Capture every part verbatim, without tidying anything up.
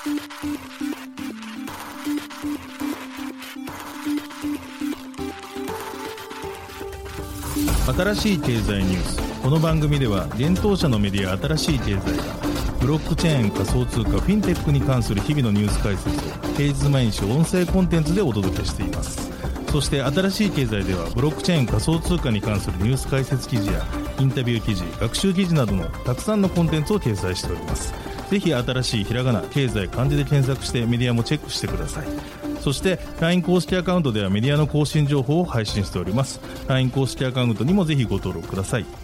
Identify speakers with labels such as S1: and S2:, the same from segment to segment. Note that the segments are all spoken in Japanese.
S1: 新しい経済ニュース。この番組では現当社のメディア新しい経済がブロックチェーン、仮想通貨、フィンテックに関する日々のニュース解説を平日毎日音声コンテンツでお届けしています。そして新しい経済ではブロックチェーン、仮想通貨に関するニュース解説記事やインタビュー記事、学習記事などのたくさんのコンテンツを掲載しております。ぜひ新しいひらがな、経済、漢字で検索してメディアもチェックしてください。そして ライン 公式アカウントではメディアの更新情報を配信しております。 ライン 公式アカウントにもぜひご登録ください。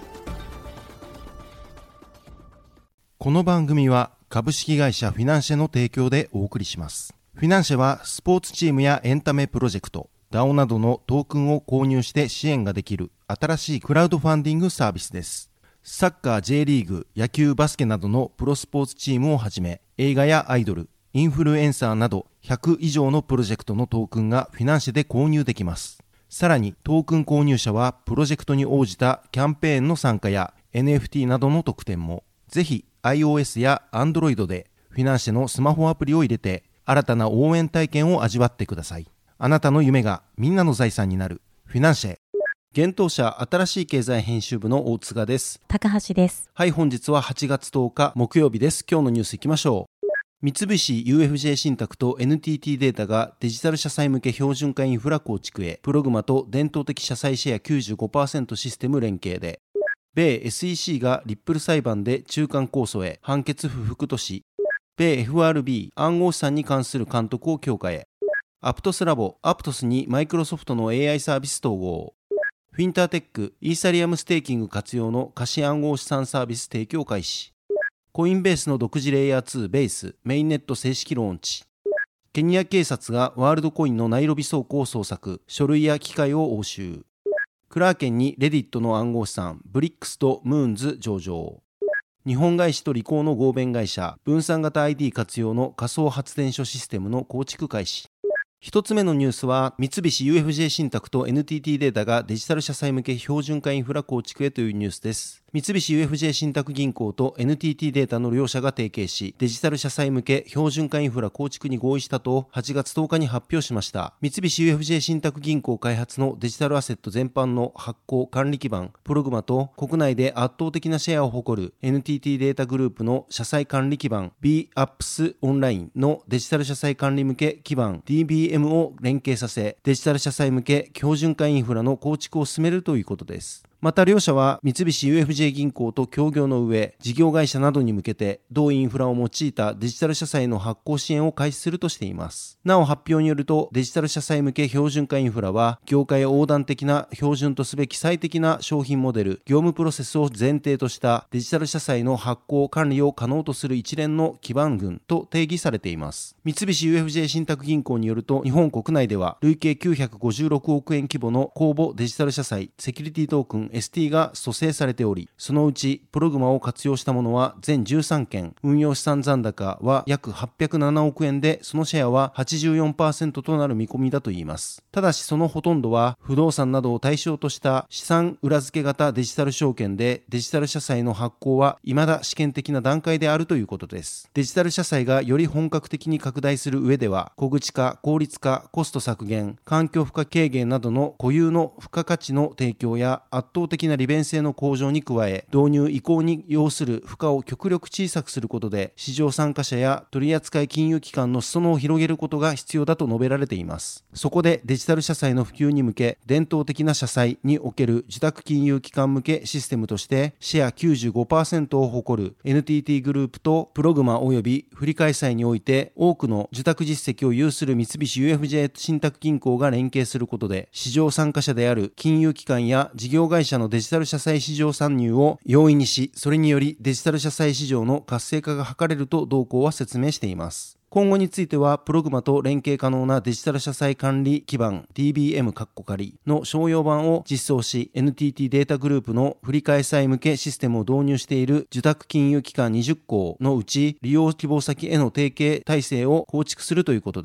S2: この番組は株式会社フィナンシェの提供でお送りします。フィナンシェはスポーツチームやエンタメプロジェクト、ダオ などのトークンを購入して支援ができる新しいクラウドファンディングサービスです。サッカー、J リーグ、野球、バスケなどのプロスポーツチームをはじめ、映画やアイドル、インフルエンサーなどひゃく以上のプロジェクトのトークンがフィナンシェで購入できます。さらにトークン購入者はプロジェクトに応じたキャンペーンの参加や エヌエフティー などの特典も。ぜひ iOS や Android でフィナンシェのスマホアプリを入れて新たな応援体験を味わってください。あなたの夢がみんなの財産になるフィナンシェ。現当社新しい経済編集部の大塚です。
S3: 高橋です。
S2: はい、本日ははちがつとおか木曜日です。今日のニュースいきましょう。三菱 ユーエフジェー 信託と エヌティーティー データがデジタル社債向け標準化インフラ構築へ。プログマと伝統的社債シェア きゅうじゅうごパーセント システム連携で。米 エスイーシー がリップル裁判で中間控訴へ。判決不服とし。米 エフアールビー 暗号資産に関する監督を強化へ。アプトスラボアプトスにマイクロソフトの エーアイ サービス統合。フィンターテックイーサリアムステーキング活用の貸し暗号資産サービス提供開始。コインベースの独自レイヤーツーベースメインネット正式ローンチ。ケニア警察がワールドコインのナイロビ倉庫を捜索、書類や機械を押収。クラーケンにレディットの暗号資産ブリックスとムーンズ上場。日本外資とリコーの合弁会社分散型 アイディー 活用の仮想発電所システムの構築開始。一つ目のニュースは三菱 ユーエフジェー 信託と エヌティーティー データがデジタル社債向け標準化インフラ構築へというニュースです。三菱 ユーエフジェー 信託銀行と エヌティーティー データの両社が提携し、デジタル社債向け標準化インフラ構築に合意したとはちがつとおかに発表しました。三菱 ユーエフジェー 信託銀行開発のデジタルアセット全般の発行管理基盤プログマと国内で圧倒的なシェアを誇る エヌティーティー データグループの社債管理基盤 ビーアップス オンラインのデジタル社債管理向け基盤 ディービーエム を連携させ、デジタル社債向け標準化インフラの構築を進めるということです。また両社は三菱 ユーエフジェー 銀行と協業の上、事業会社などに向けて同インフラを用いたデジタル社債の発行支援を開始するとしています。なお発表によると、デジタル社債向け標準化インフラは業界横断的な標準とすべき最適な商品モデル、業務プロセスを前提としたデジタル社債の発行管理を可能とする一連の基盤群と定義されています。三菱 ユーエフジェー 信託銀行によると、日本国内では累計きゅうひゃくごじゅうろくおくえん規模の公募デジタル社債セキュリティトークン エスティー が蘇生されており、そのうちプログマを活用したものは全じゅうさんけん、運用資産残高は約はっぴゃくななおくえんで、そのシェアは はちじゅうよんパーセント となる見込みだといいます。ただしそのほとんどは不動産などを対象とした資産裏付け型デジタル証券で、デジタル社債の発行は未だ試験的な段階であるということです。デジタル社債がより本格的に拡大する上では、小口化、効率化、コスト削減、環境負荷軽減などの固有の付加価値の提供や圧倒的な利便性の向上に加え、導入移行に要する負荷を極力小さくすることで、市場参加者や取扱金融機関の裾野を広げることが必要だと述べられています。そこでデジタル社債の普及に向け、伝統的な社債における受託金融機関向けシステムとしてシェア きゅうじゅうごパーセント を誇る エヌティーティー グループとプログマ及び振り替え債において多くの受託実績を有する三菱 ユーエフジェー 信託銀行が連携することで、市場参加者である金融機関や事業会社のデジタル社債市場参入を容易にし、それによりデジタル社債市場の活性化が図れると同行は説明しています。今後については、プログマと連携可能なデジタル社債管理基盤 ディービーエム の商用版を実装し、 エヌティーティー データグループの振り替え債向けシステムを導入している受託金融機関にじゅっこうのうち、利用希望先への提携体制を構築するということです。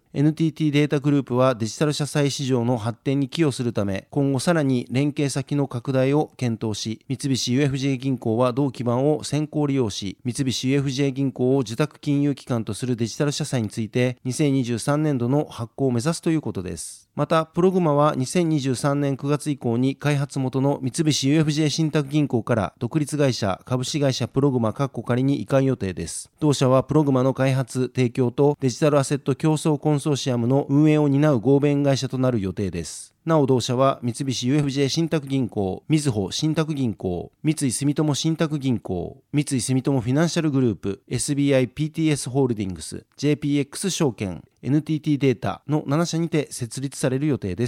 S2: エヌティーティー データグループはデジタル社債市場の発展に寄与するため、今後さらに連携先の拡大を検討し、三菱 ユーエフジェー 銀行は同基盤を先行利用し、三菱 ユーエフジェー 銀行を受託金融機関とするデジタル社債について、にせんにじゅうさんねんどの発行を目指すということです。また、プログマはにせんにじゅうさんねんくがつ以降に開発元の三菱 ユーエフジェー 信託銀行から独立会社株式会社プログマ仮に移管予定です。同社はプログマの開発・提供とデジタルアセット競争コンソーシアムの運営を担う合弁会社となる予定です。なお同社は三菱 ユーエフジェー 信託銀行、みずほ信託銀行、三井住友信託銀行、三井住友フィナンシャルグループ、エスビーアイピーティーエス ホールディングス、ジェーピーエックス 証券、エヌティーティー データのななしゃにて設立される予定です。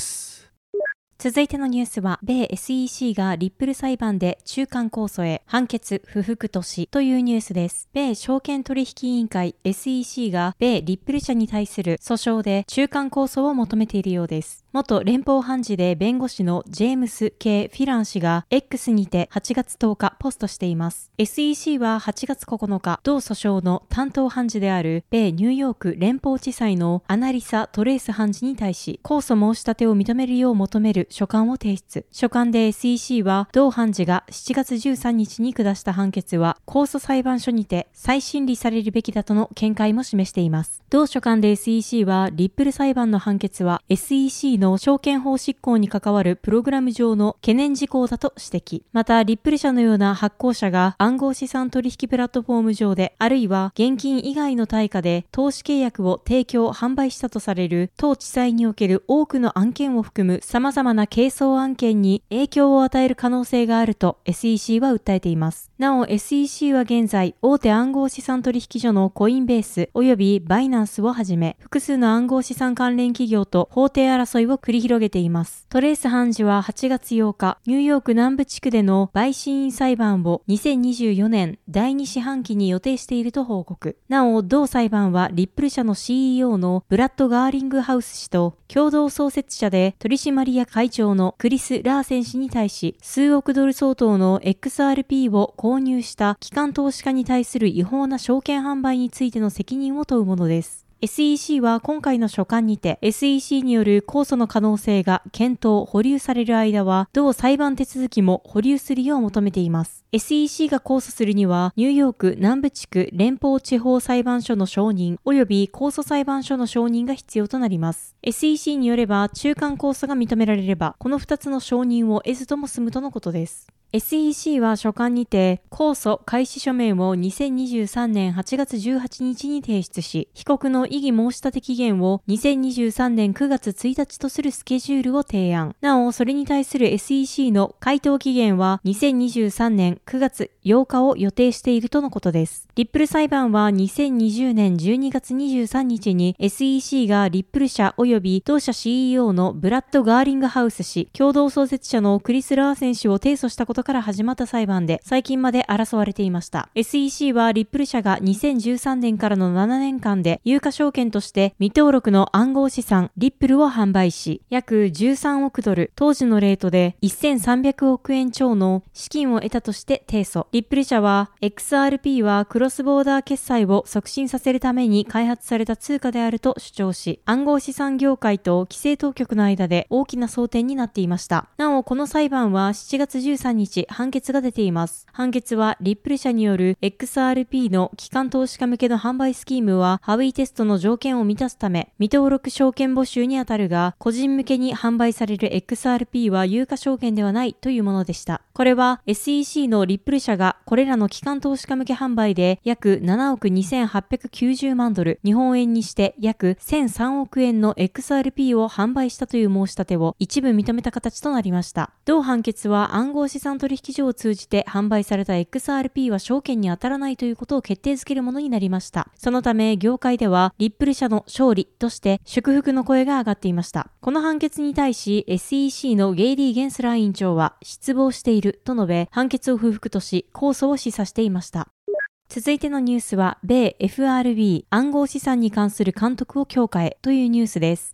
S3: 続いてのニュースは、米 エスイーシー がリップル裁判で中間控訴へ判決不服としというニュースです。米証券取引委員会 エスイーシー が米リップル社に対する訴訟で中間控訴を求めているようです。元連邦判事で弁護士のジェームス・ K ・フィラン氏が X にてはちがつとおかポストしています。エスイーシー ははちがつここのか、同訴訟の担当判事である米ニューヨーク連邦地裁のアナリサ・トレース判事に対し、控訴申し立てを認めるよう求める書簡を提出。書簡で エスイーシー は同判事がしちがつじゅうさんにちに下した判決は控訴裁判所にて再審理されるべきだとの見解も示しています。同書簡で エスイーシー はリップル裁判の判決は エスイーシー の証券法執行に関わるプログラム上の懸念事項だと指摘。またリップル社のような発行者が暗号資産取引プラットフォーム上であるいは現金以外の対価で投資契約を提供販売したとされる当地裁における多くの案件を含む様々な係争案件に影響を与える可能性があると エスイーシー は訴えています。なお エスイーシー は現在大手暗号資産取引所のコインベースおよびバイナンスをはじめ複数の暗号資産関連企業と法廷争いを繰り広げています。トレース判事ははちがつようかニューヨーク南部地区での陪審員裁判をにせんにじゅうよねんだいに四半期に予定していると報告。なお同裁判はリップル社の シーイーオー のブラッド・ガーリングハウス氏と共同創設者で取締役会長のクリス・ラーセン氏に対し数億ドル相当の エックスアールピー を購入した機関投資家に対する違法な証券販売についての責任を問うものです。エスイーシー は今回の書簡にて エスイーシー による控訴の可能性が検討・保留される間は同裁判手続きも保留するよう求めています。エスイーシー が控訴するにはニューヨーク南部地区連邦地方裁判所の承認及び控訴裁判所の承認が必要となります。エスイーシー によれば中間控訴が認められればこのふたつの承認を得ずとも済むとのことです。エスイーシー は書簡にて控訴開始書面をにせんにじゅうさんねんはちがつじゅうはちにちに提出し、被告の異議申し立て期限をにせんにじゅうさんねんくがつついたちとするスケジュールを提案。なお、それに対する エスイーシー の回答期限はにせんにじゅうさんねんくがつようかを予定しているとのことです。リップル裁判はにせんにじゅうねんじゅうにがつにじゅうさんにちに エスイーシー がリップル社及び同社 シーイーオー のブラッド・ガーリングハウス氏、共同創設者のクリス・ラーセン氏を提訴したことから始まった裁判で最近まで争われていました。エスイーシー はリップル社がにせんじゅうさんねんからのななねんかんで有価証券として未登録の暗号資産リップルを販売し、約じゅうさんおくドル、当時のレートでせんさんびゃくおくえん超の資金を得たとして提訴。リップル社は エックスアールピー はクロスボーダー決済を促進させるために開発された通貨であると主張し、暗号資産業界と規制当局の間で大きな争点になっていました。なお、この裁判はしちがつじゅうさんにち判決が出ています。判決はリップル社による エックスアールピー の機関投資家向けの販売スキームはハウィーテストの条件を満たすため未登録証券募集にあたるが、個人向けに販売される エックスアールピー は有価証券ではないというものでした。これは エスイーシー のリップル社がこれらの機関投資家向け販売で約ななおくにせんはっぴゃくきゅうじゅうまんドル、日本円にして約せんさんおくえんの エックスアールピー を販売したという申し立てを一部認めた形となりました。同判決は暗号資産取引所を通じて販売された エックスアールピー は証券に当たらないということを決定づけるものになりました。そのため業界ではリップル社の勝利として祝福の声が上がっていました。この判決に対し エスイーシー のゲイリー・ゲンスラー委員長は失望していると述べ、判決を不服とし控訴を示唆していました。続いてのニュースは米 エフアールビー 暗号資産に関する監督を強化へというニュースです。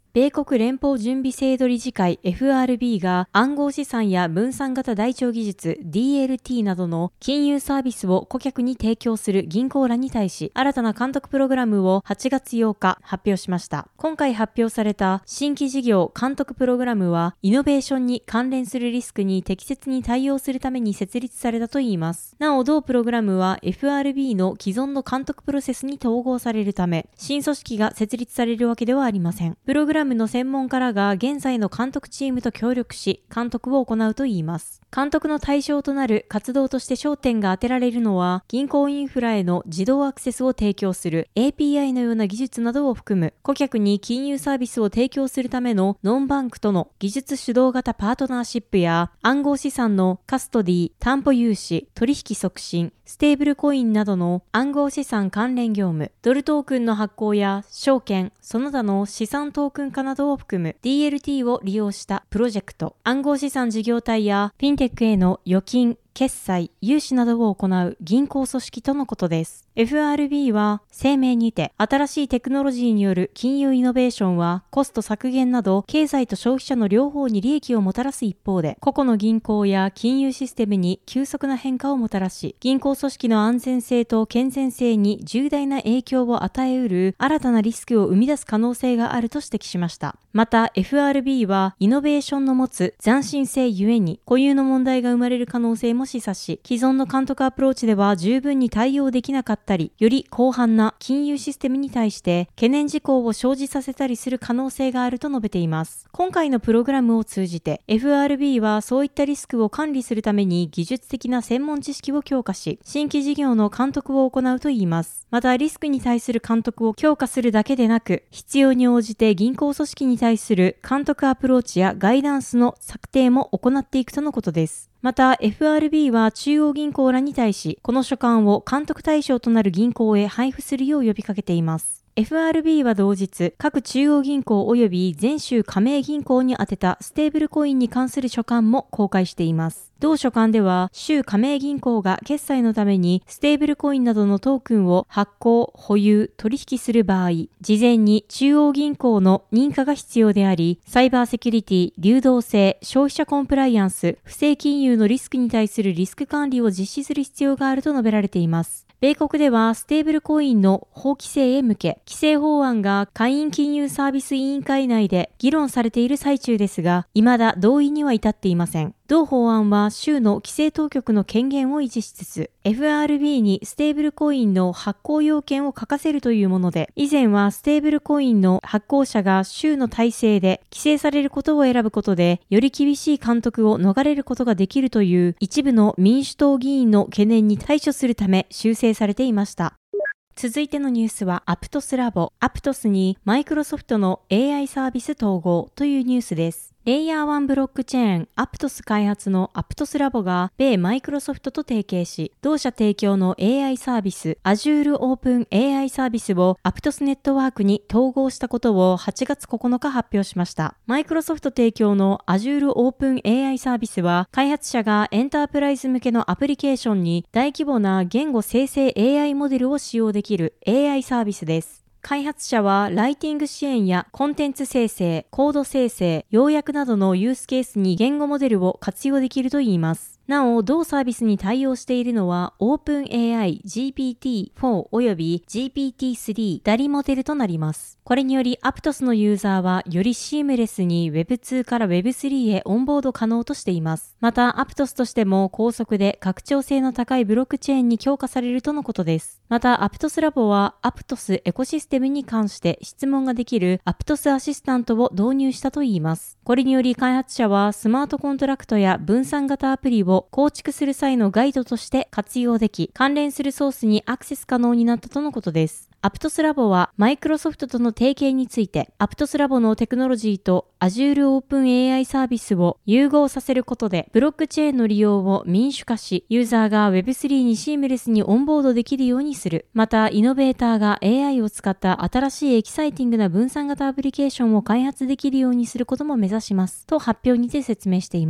S3: 米国連邦準備制度理事会 エフアールビー が暗号資産や分散型台帳技術 ディーエルティー などの金融サービスを顧客に提供する銀行らに対し、新たな監督プログラムをはちがつようか発表しました。今回発表された新規事業監督プログラムは、イノベーションに関連するリスクに適切に対応するために設立されたといいます。なお、同プログラムは エフアールビー の既存の監督プロセスに統合されるため、新組織が設立されるわけではありません。プログラムの専門家らが現在の監督チームと協力し、監督を行うといいます。監督の対象となる活動として焦点が当てられるのは、銀行インフラへの自動アクセスを提供する エーピーアイ のような技術などを含む、顧客に金融サービスを提供するためのノンバンクとの技術主導型パートナーシップや、暗号資産のカストディ、担保融資、取引促進、ステーブルコインなどの暗号資産関連業務、ドルトークンの発行や証券、その他の資産トークン化などを含む ディーエルティー を利用したプロジェクト、暗号資産事業体やフィンテックへの預金、決済、融資などを行う銀行組織とのことです。エフアールビー は声明にて、新しいテクノロジーによる金融イノベーションはコスト削減など経済と消費者の両方に利益をもたらす一方で、個々の銀行や金融システムに急速な変化をもたらし、銀行組織の安全性と健全性に重大な影響を与えうる新たなリスクを生み出す可能性があると指摘しました。また エフアールビー はイノベーションの持つ斬新性ゆえに固有の問題が生まれる可能性も示唆し、既存の監督アプローチでは十分に対応できなかったり、より広範な金融システムに対して懸念事項を生じさせたりする可能性があると述べています。今回のプログラムを通じて エフアールビー はそういったリスクを管理するために技術的な専門知識を強化し、新規事業の監督を行うといいます。またリスクに対する監督を強化するだけでなく、必要に応じて銀行組織に対する監督アプローチやガイダンスの策定も行っていくとのことです。また エフアールビー は中央銀行らに対し、この書簡を監督対象となる銀行へ配布するよう呼びかけています。エフアールビー は同日、各中央銀行及び全州加盟銀行に宛てたステーブルコインに関する書簡も公開しています。同書簡では、州加盟銀行が決済のためにステーブルコインなどのトークンを発行、保有、取引する場合、事前に中央銀行の認可が必要であり、サイバーセキュリティ、流動性、消費者コンプライアンス、不正金融のリスクに対するリスク管理を実施する必要があると述べられています。米国ではステーブルコインの法規制へ向け、規制法案が下院金融サービス委員会内で議論されている最中ですが、未だ同意には至っていません。同法案は州の規制当局の権限を維持しつつ、エフアールビー にステーブルコインの発行要件を課せるというもので、以前はステーブルコインの発行者が州の体制で規制されることを選ぶことで、より厳しい監督を逃れることができるという一部の民主党議員の懸念に対処するため修正されていました。続いてのニュースはアプトスラボ、アプトスにマイクロソフトの エーアイ サービス統合というニュースです。レイヤーワンブロックチェーンアプトス開発のアプトスラボが米マイクロソフトと提携し、同社提供の エーアイ サービス Azure Open エーアイ サービスをアプトスネットワークに統合したことをはちがつここのか発表しました。マイクロソフト提供の Azure Open エーアイ サービスは、開発者がエンタープライズ向けのアプリケーションに大規模な言語生成 エーアイ モデルを使用できる エーアイ サービスです。開発者はライティング支援やコンテンツ生成、コード生成、要約などのユースケースに言語モデルを活用できるといいます。なお、同サービスに対応しているのは OpenAI ジーピーティーフォー および ジーピーティースリー ダリモデルとなります。これにより アプトス のユーザーはよりシームレスに ウェブツー から ウェブスリー へオンボード可能としています。また アプトス としても高速で拡張性の高いブロックチェーンに強化されるとのことです。また アプトス ラボは アプトス エコシステムに関して質問ができる アプトス アシスタントを導入したといいます。これにより開発者はスマートコントラクトや分散型アプリを構築する際のガイドとして活用でき、関連するソースにアクセス可能になったとのことです。アプトスラボはマイクロソフトとの提携について、アプトスラボのテクノロジーと Azure Open エーアイ サービスを融合させることで、ブロックチェーンの利用を民主化し、ユーザーが ウェブスリー にシームレスにオンボードできるようにする。また、イノベーターが エーアイ を使った新しいエキサイティングな分散型アプリケーションを開発できるようにすることも目指します。と発表にて説明しています。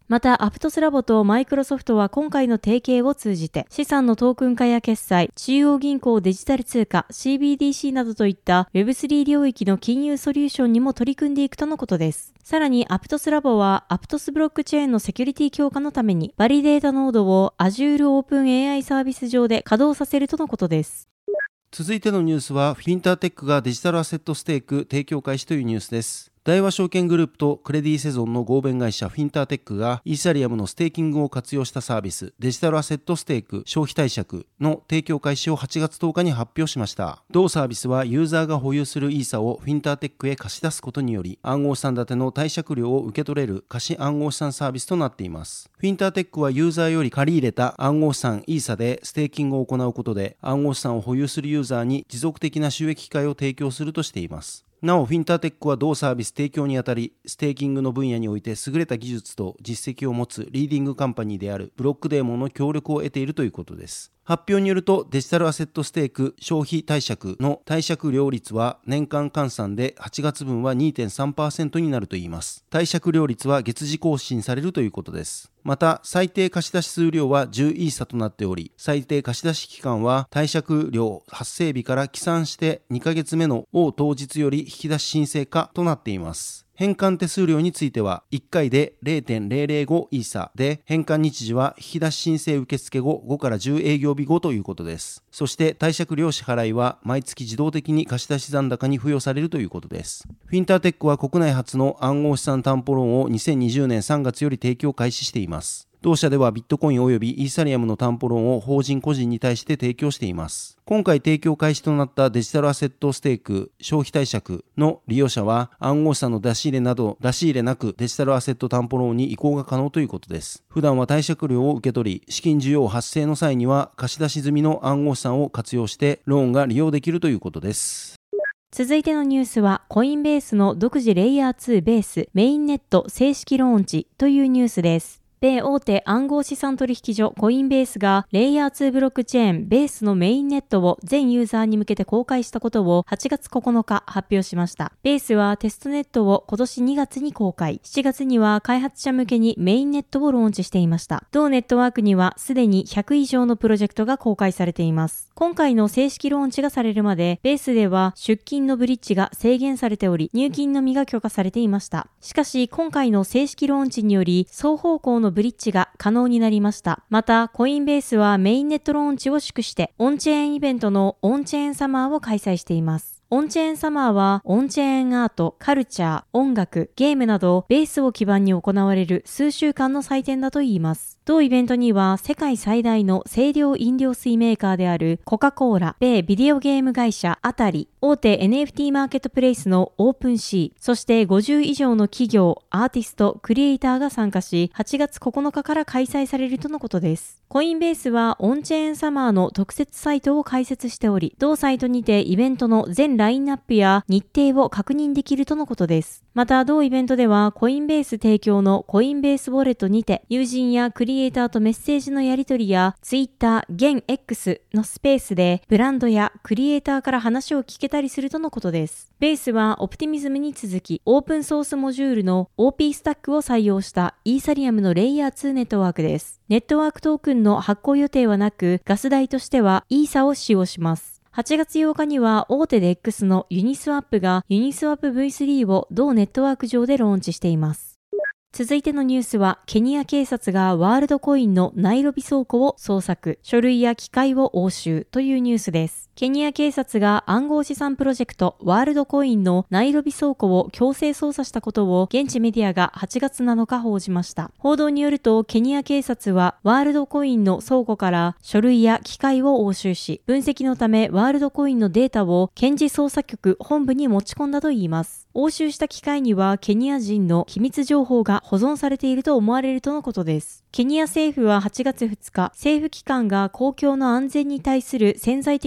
S3: また、アプトスラボとマイクロソフトは今回の提携を通じて、資産のトークン化や決済、中央銀行デジタル通貨、シービーディーシー などといった ウェブスリー 領域の金融ソリューションにも取り組んでいくとのことです。さらに、アプトスラボは、アプトスブロックチェーンのセキュリティ強化のために、バリデータノードを Azure OpenAI サービス上で稼働させるとのことです。
S2: 続いてのニュースは、フィンターテックがデジタルアセットステーク提供開始というニュースです。大和証券グループとクレディセゾンの合弁会社フィンターテックがイーサリアムのステーキングを活用したサービスデジタルアセットステーク消費貸借の提供開始をはちがつとおかに発表しました。同サービスはユーザーが保有するイーサをフィンターテックへ貸し出すことにより暗号資産建ての貸借料を受け取れる貸し暗号資産サービスとなっています。フィンターテックはユーザーより借り入れた暗号資産イーサでステーキングを行うことで暗号資産を保有するユーザーに持続的な収益機会を提供するとしています。なお、フィンターテックは同サービス提供にあたり、ステーキングの分野において優れた技術と実績を持つリーディングカンパニーであるブロックデーモンの協力を得ているということです。発表によると、デジタルアセットステーク消費貸借の貸借料率は年間換算ではちがつ分は にてんさんパーセント になるといいます。貸借料率は月次更新されるということです。また、最低貸出数量はじゅうイーサとなっており、最低貸出期間は貸借料発生日から起算してにかげつめの王当日より引き出し申請可となっています。返還手数料についてはいっかいで ゼロてんゼロゼロご イーサで、返還日時は引き出し申請受付後ごからじゅう営業日後ということです。そして貸借料支払いは毎月自動的に貸出残高に付与されるということです。フィンターテックは国内初の暗号資産担保ローンをにせんにじゅうねんさんがつより提供開始しています。同社ではビットコイン及びイーサリアムの担保ローンを法人個人に対して提供しています。今回提供開始となったデジタルアセットステーク消費貸借の利用者は暗号資産の出し入れなど出し入れなくデジタルアセット担保ローンに移行が可能ということです。普段は貸借料を受け取り、資金需要発生の際には貸し出し済みの暗号資産を活用してローンが利用できるということです。
S3: 続いてのニュースは、コインベースの独自レイヤーツーベースメインネット正式ローンチというニュースです。米大手暗号資産取引所コインベースがレイヤーツーブロックチェーンベースのメインネットを全ユーザーに向けて公開したことをはちがつここのか発表しました。ベースはテストネットを今年にがつに公開、しちがつには開発者向けにメインネットをローンチしていました。同ネットワークにはすでにひゃくいじょうのプロジェクトが公開されています。今回の正式ローンチがされるまで、ベースでは出金のブリッジが制限されており、入金のみが許可されていました。しかし今回の正式ローンチにより、双方向のブリッジが可能になりました。また、コインベースはメインネットローンチを祝して、オンチェーンイベントのオンチェーンサマーを開催しています。オンチェーンサマーは、オンチェーンアート、カルチャー、音楽、ゲームなど、ベースを基盤に行われる数週間の祭典だといいます。同イベントには、世界最大の清涼飲料水メーカーであるコカ・コーラ、米ビデオゲーム会社アタリ、大手 エヌエフティー マーケットプレイスのオープンシー、そしてごじゅういじょうの企業、アーティスト、クリエイターが参加し、はちがつここのかから開催されるとのことです。コインベースはオンチェーンサマーの特設サイトを開設しており、同サイトにてイベントの全ラインナップや日程を確認できるとのことです。また、同イベントではコインベース提供のコインベースウォレットにて、友人やクリエイターとメッセージのやり取りや、ツイッター、現 X のスペースで、ブランドやクリエイターから話を聞けたりするとのことです。ベースはオプティミズムに続き、オープンソースモジュールの オーピー スタックを採用したイーサリアムのレイヤーツーネットワークです。ネットワークトークンの発行予定はなく、ガス代としてはイーサを使用します。はちがつようかには大手 デックス のユニスワップがユニスワップ ブイスリー を同ネットワーク上でローンチしています。続いてのニュースは、ケニア警察がワールドコインのナイロビ倉庫を捜索、書類や機械を押収というニュースです。ケニア警察が暗号資産プロジェクトワールドコインのナイロビ倉庫を強制捜査したことを現地メディアがはちがつなのか報じました。報道によると、ケニア警察はワールドコインの倉庫から書類や機械を押収し、分析のためワールドコインのデータを検事捜査局本部に持ち込んだといいます。押収した機械にはケニア人の機密情報が保存されていると思われるとのことです。ケニア政府ははちがつふつか、政府機関が公共の安全に対する潜在的なリス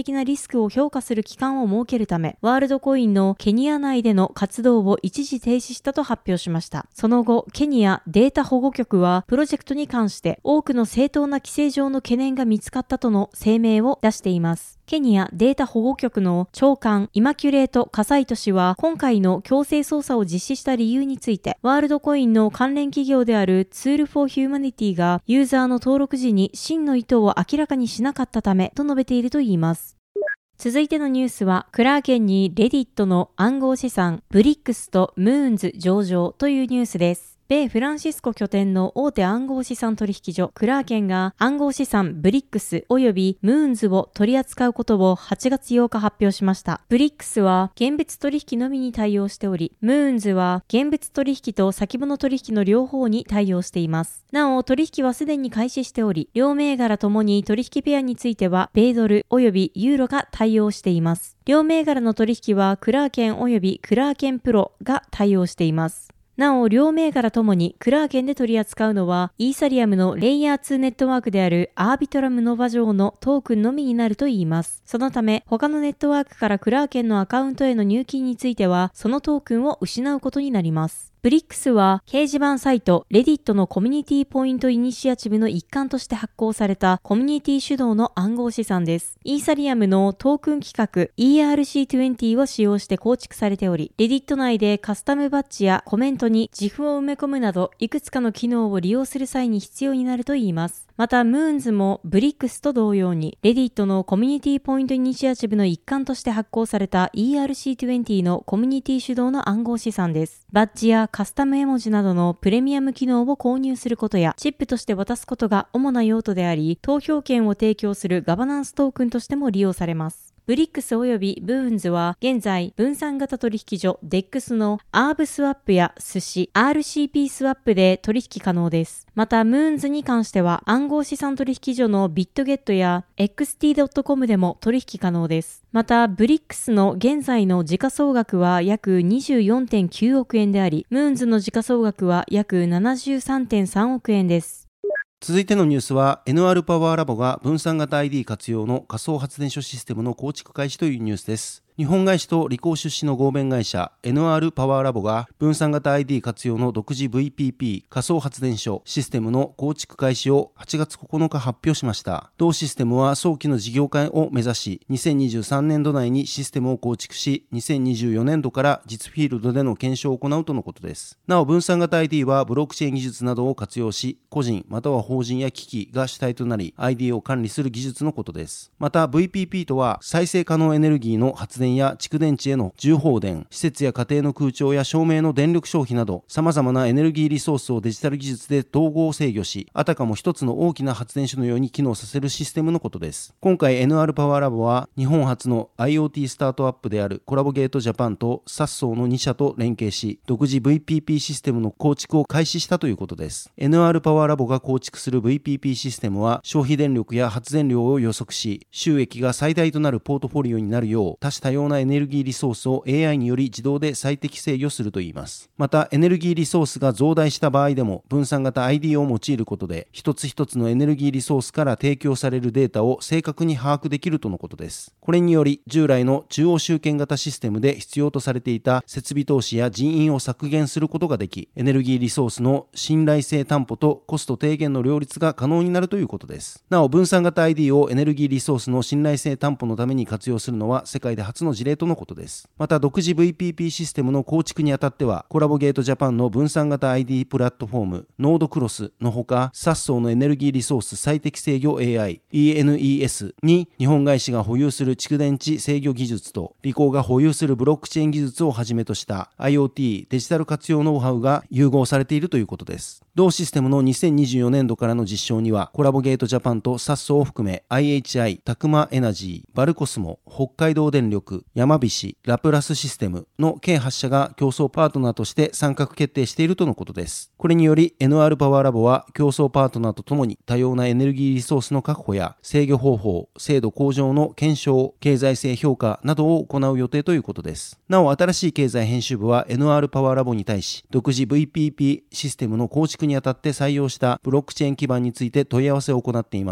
S3: スクを評価する機関を設けるため、ワールドコインのケニア内での活動を一時停止したと発表しました。その後、ケニアデータ保護局はプロジェクトに関して多くの正当な規制上の懸念が見つかったとの声明を出しています。ケニアデータ保護局の長官イマキュレート・カサイト氏は今回の強制捜査を実施した理由について、ワールドコインの関連企業であるツール・フォー・ヒューマニティがユーザーの登録時に真の意図を明らかにしなかったためと述べているといいます。続いてのニュースは、クラーケンにレディットの暗号資産ブリックスとムーンズ上場というニュースです。米フランシスコ拠点の大手暗号資産取引所クラーケンが暗号資産ブリックス及びムーンズを取り扱うことをはちがつようか発表しました。ブリックスは現物取引のみに対応しており、ムーンズは現物取引と先物取引の両方に対応しています。なお、取引はすでに開始しており、両銘柄ともに取引ペアについては米ドル及びユーロが対応しています。両銘柄の取引はクラーケン及びクラーケンプロが対応しています。なお、両銘柄ともにクラーケンで取り扱うのは、イーサリアムのレイヤーツーネットワークであるアービトラムノバ上のトークンのみになるといいます。そのため、他のネットワークからクラーケンのアカウントへの入金については、そのトークンを失うことになります。ブリックスは掲示板サイトレディットのコミュニティポイントイニシアチブの一環として発行されたコミュニティ主導の暗号資産です。イーサリアムのトークン規格 イーアールシーにじゅう を使用して構築されており、レディット内でカスタムバッジやコメントに自負を埋め込むなどいくつかの機能を利用する際に必要になるといいます。また、ムーンズもブリックスと同様に、レディットのコミュニティポイントイニシアチブの一環として発行された イーアールシーにじゅう のコミュニティ主導の暗号資産です。バッジやカスタム絵文字などのプレミアム機能を購入することや、チップとして渡すことが主な用途であり、投票権を提供するガバナンストークンとしても利用されます。ブリックス及びブーンズは現在分散型取引所 デックス の アーブ スワップや寿司 アールシーピー スワップで取引可能です。またムーンズに関しては暗号資産取引所のビットゲットや エックスティードットコム でも取引可能です。またブリックスの現在の時価総額は約 にじゅうよんてんきゅうおくえんであり、ムーンズの時価総額は約 ななじゅうさんてんさんおくえんです。
S2: 続いてのニュースは エヌアール パワーラボが分散型 アイディー 活用の仮想発電所システムの構築開始というニュースです。日本外資と理工出資の合弁会社 エヌアール パワーラボが分散型 アイディー 活用の独自 ブイピーピー 仮想発電所システムの構築開始をはちがつここのか発表しました。同システムは早期の事業化を目指し、にせんにじゅうさんねんど内にシステムを構築し、にせんにじゅうよねんどから実フィールドでの検証を行うとのことです。なお、分散型 アイディー はブロックチェーン技術などを活用し、個人または法人や機器が主体となり アイディー を管理する技術のことです。また ブイピーピー とは再生可能エネルギーの発電や蓄電池への重放電、施設や家庭の空調や照明の電力消費など様々なエネルギーリソースをデジタル技術で統合制御し、あたかも一つの大きな発電所のように機能させるシステムのことです。今回 エヌアール パワーラボは日本初の IoT スタートアップであるコラボゲートジャパンとサッソーのにしゃと連携し、独自 ブイピーピー システムの構築を開始したということです。 エヌアール パワーラボが構築する ブイピーピー システムは消費電力や発電量を予測し、収益が最大となるポートフォリオになるよう多種多様なエネルギーリソースを エーアイ により自動で最適制御するといいます。またエネルギーリソースが増大した場合でも分散型 アイディー を用いることで一つ一つのエネルギーリソースから提供されるデータを正確に把握できるとのことです。これにより従来の中央集権型システムで必要とされていた設備投資や人員を削減することができ、エネルギーリソースの信頼性担保とコスト低減の両立が可能になるということです。なお分散型 アイディー をエネルギーリソースの信頼性担保のために活用するのは世界で初の事例とのことです。また独自 ブイピーピー システムの構築にあたってはコラボゲートジャパンの分散型 アイディー プラットフォームノードクロスのほか、サッソーのエネルギーリソース最適制御 エーアイ イーエヌイーエス に日本外資が保有する蓄電池制御技術と理工が保有するブロックチェーン技術をはじめとした IoT デジタル活用ノウハウが融合されているということです。同システムのにせんにじゅうよねんどからの実証にはコラボゲートジャパンとサッソーを含め アイエイチアイ、タクマエナジー、バルコスモ、北海道電力、山菱、ラプラスシステムの計はちしゃが競争パートナーとして参画決定しているとのことです。これにより エヌアール パワーラボは競争パートナーとともに多様なエネルギーリソースの確保や制御方法、精度向上の検証、経済性評価などを行う予定ということです。なお新しい経済編集部は エヌアール パワーラボに対し独自 ブイピーピー システムの構築にあたって採用したブロックチェーン基盤について問い合わせを行っています。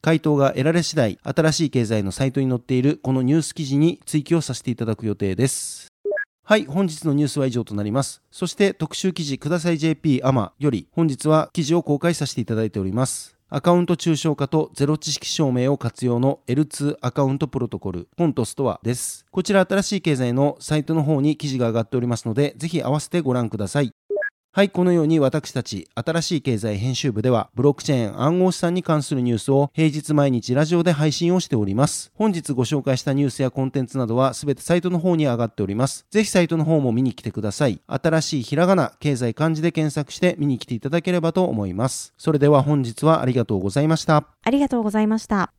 S2: 回答が得られ次第、新しい経済のサイトに載っているこのニュース記事に追記をさせていただく予定です。はい、本日のニュースは以上となります。そして特集記事ください ジェーピー アマより本日は記事を公開させていただいております。アカウント抽象化とゼロ知識証明を活用の エルツー アカウントプロトコルコントストアです。こちら新しい経済のサイトの方に記事が上がっておりますので、ぜひ合わせてご覧ください。はい、このように私たち新しい経済編集部ではブロックチェーン暗号資産に関するニュースを平日毎日ラジオで配信をしております。本日ご紹介したニュースやコンテンツなどはすべてサイトの方に上がっております。ぜひサイトの方も見に来てください。新しいひらがな、経済漢字で検索して見に来ていただければと思います。それでは本日はありがとうございました。
S3: ありがとうございました。